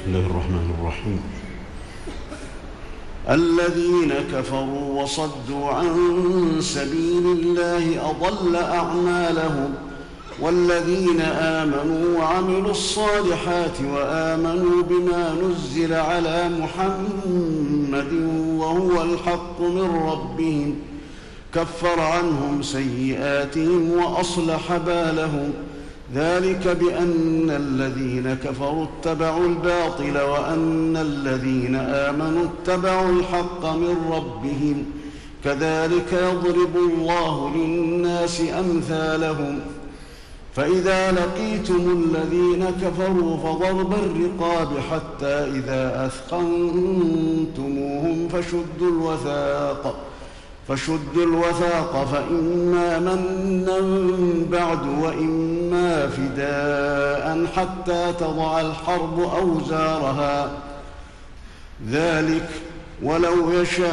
بسم الله الرحمن الرحيم. الذين كفروا وصدوا عن سبيل الله أضل أعمالهم، والذين آمنوا وعملوا الصالحات وآمنوا بما نزل على محمد وهو الحق من ربهم كفر عنهم سيئاتهم وأصلح بالهم، ذلك بأن الذين كفروا اتبعوا الباطل وأن الذين آمنوا اتبعوا الحق من ربهم، كذلك يضرب الله للناس أمثالهم. فإذا لقيتم الذين كفروا فضرب الرقاب حتى إذا أثخنتموهم فشدوا الوثاق فإما منا بعد وإما فداء حتى تضع الحرب أوزارها، ذلك ولو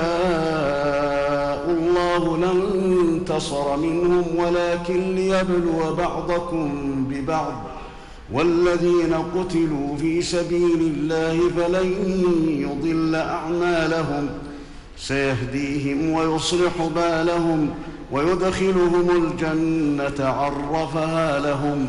يشاء الله لانتصر منهم ولكن ليبلو بعضكم ببعض، والذين قتلوا في سبيل الله فلن يضل أعمالهم، سيهديهم ويصلح بالهم ويدخلهم الجنة عرفها لهم.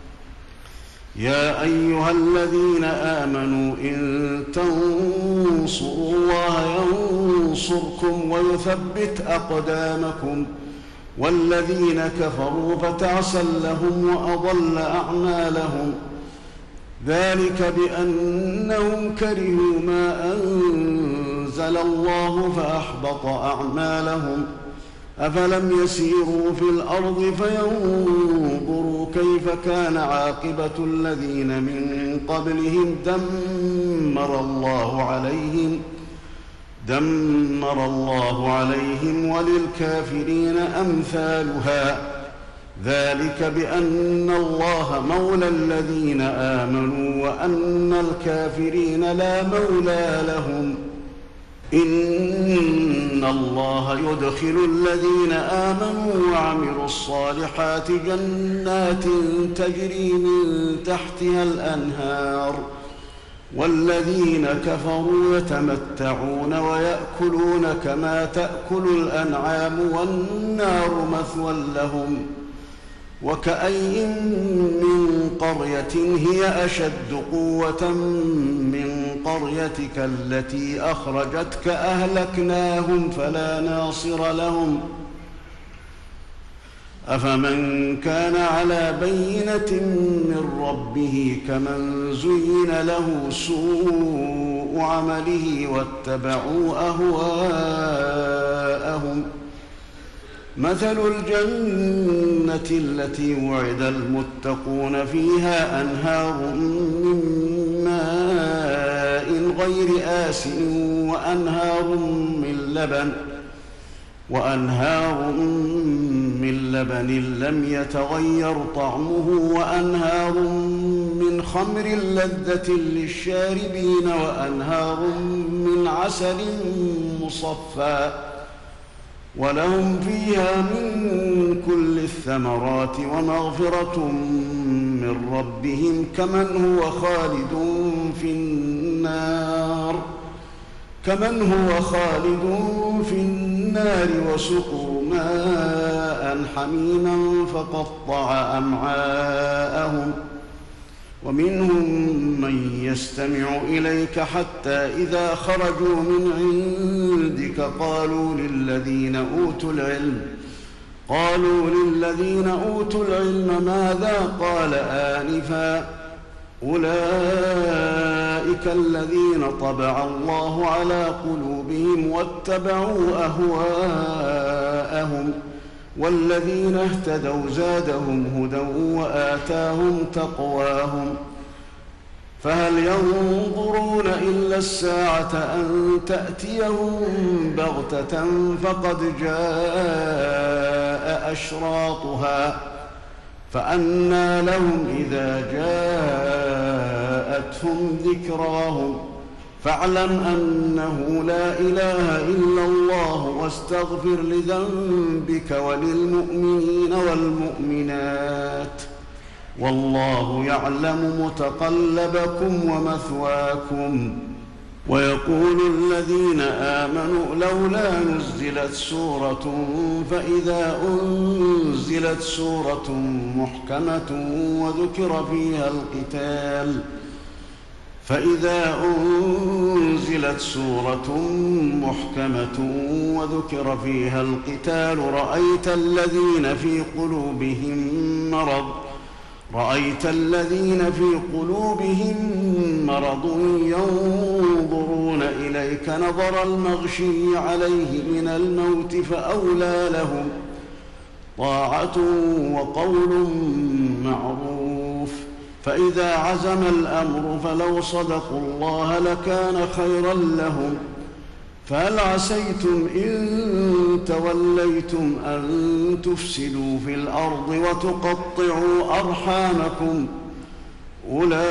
يا أيها الذين آمنوا إن تنصروا الله ينصركم ويثبت أقدامكم، والذين كفروا فتعسا لهم وأضل أعمالهم، ذلك بأنهم كرهوا ما أنزل الله فأحبط أعمالهم. أفلم يسيروا في الأرض فينظروا كيف كان عاقبة الذين من قبلهم دمر الله عليهم وللكافرين أمثالها، ذلك بأن الله مولى الذين آمنوا وأن الكافرين لا مولى لهم. إن الله يدخل الذين آمنوا وعملوا الصالحات جنات تجري من تحتها الأنهار، والذين كفروا يتمتعون ويأكلون كما تأكل الأنعام والنار مثوى لهم. وكأي من قرية هي أشد قوة من قريتك التي أخرجتك أهلكناهم فلا ناصر لهم. أفمن كان على بينة من ربه كمن زين له سوء عمله واتبعوا أهواءهم. مثل الجنة التي وعد المتقون فيها أنهار من ماء غير آسن وأنهار من لبن لم يتغير طعمه وأنهار من خمر لذة للشاربين وأنهار من عسل مصفى، ولهم فيها من كل الثمرات ومغفرة من ربهم كمن هو خالد في النار وسقوا ماء حميما فقطع أمعاءهم. ومنهم من يستمع إليك حتى إذا خرجوا من عندك قالوا للذين أوتوا العلم ماذا قال آنفا، أولئك الذين طبع الله على قلوبهم واتبعوا أهواءهم، والذين اهتدوا زادهم هدى وآتاهم تقواهم. فهل ينظرون إلا الساعة أن تأتيهم بغتة فقد جاء أشراطها، فأنى لهم إذا جاءتهم ذكراهم. فاعلم أنه لا إله إلا الله واستغفر لذنبك وللمؤمنين والمؤمنات والله يعلم متقلبكم ومثواكم. ويقول الذين آمنوا لولا نزلت سورة، فإذا أنزلت سورة محكمة وذكر فيها القتال رأيت الذين في قلوبهم مرض ينظرون إليك نظر المغشي عليه من الموت، فأولى لهم طاعة وقول معروف. فإذا عزم الأمر فلو صدقوا الله لكان خيرا لهم. فهل عسيتم إن توليتم أن تفسدوا في الأرض وتقطعوا أرحامكم؟ أولئك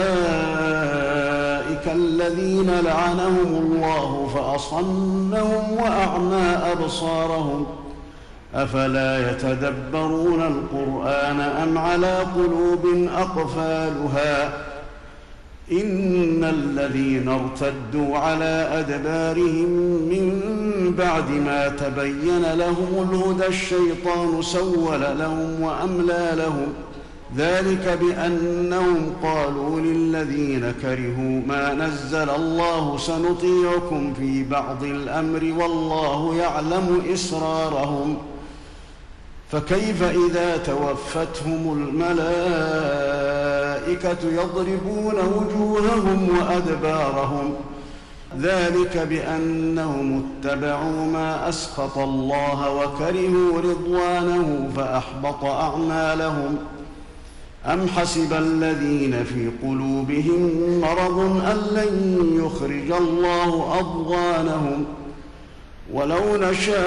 الذين لعنهم الله فأصمهم وأعمى أبصارهم. أفلا يتدبرون القرآن أم على قلوب أقفالها؟ إن الذين ارتدوا على أدبارهم من بعد ما تبين لهم الهدى الشيطان سول لهم وأملى لهم. ذلك بأنهم قالوا للذين كرهوا ما نزل الله سنطيعكم في بعض الأمر والله يعلم إسرارهم. فكيف إذا توفتهم الملائكة يضربون وجوههم وأدبارهم؟ ذلك بأنهم اتبعوا ما أسخط الله وكرهوا رضوانه فأحبط أعمالهم. أم حسب الذين في قلوبهم مرض أن لن يخرج الله أضغانهم؟ ولو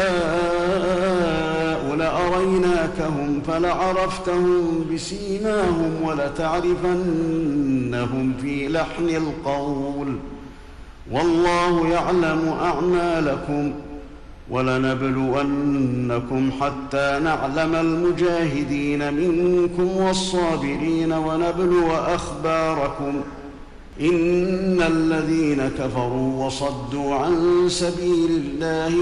نشاء لأريناكهم فلعرفتهم بسيماهم ولتعرفنهم في لحن القول، والله يعلم أعمالكم. ولنبلونكم حتى نعلم المجاهدين منكم والصابرين ونبلو أخباركم. إن الذين كفروا وصدوا عن سبيل الله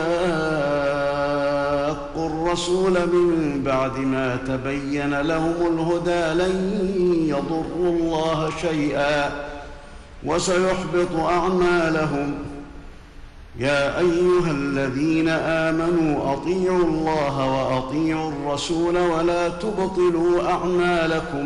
وشاقوا الرسول من بعد ما تبين لهم الهدى لن يضروا الله شيئا وسيحبط أعمالهم. يا أيها الذين آمنوا أطيعوا الله وأطيعوا الرسول ولا تبطلوا أعمالكم.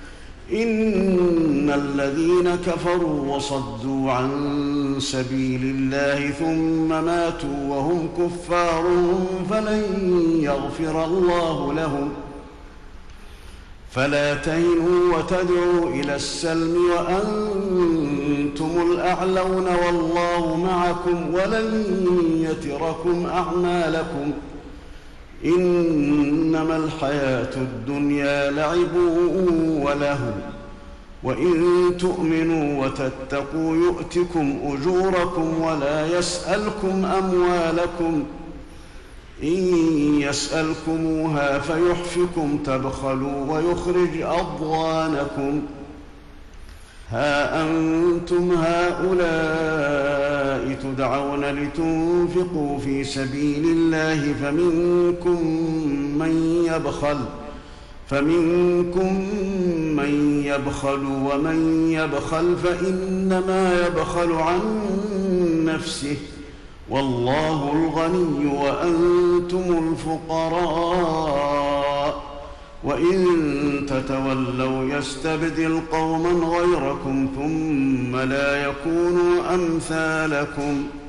إن الذين كفروا وصدوا عن سبيل الله ثم ماتوا وهم كفار فلن يغفر الله لهم. فلا تهنوا وتدعوا إلى السلم وأنتم الأعلون والله معكم ولن يتركم أعمالكم. إنما الحياة الدنيا لعب ولهو، وإن تؤمنوا وتتقوا يؤتكم أجوركم ولا يسألكم أموالكم. إن يسألكموها فيحفكم تبخلوا ويخرج أضغانكم. ها أنتم هؤلاء تدعون لتنفقوا في سبيل الله فمنكم من يبخل ومن يبخل فإنما يبخل عن نفسه والله الغني وأنتم الفقراء. وإن تتولوا يستبدل قوما غيركم ثم لا يكونوا أمثالكم.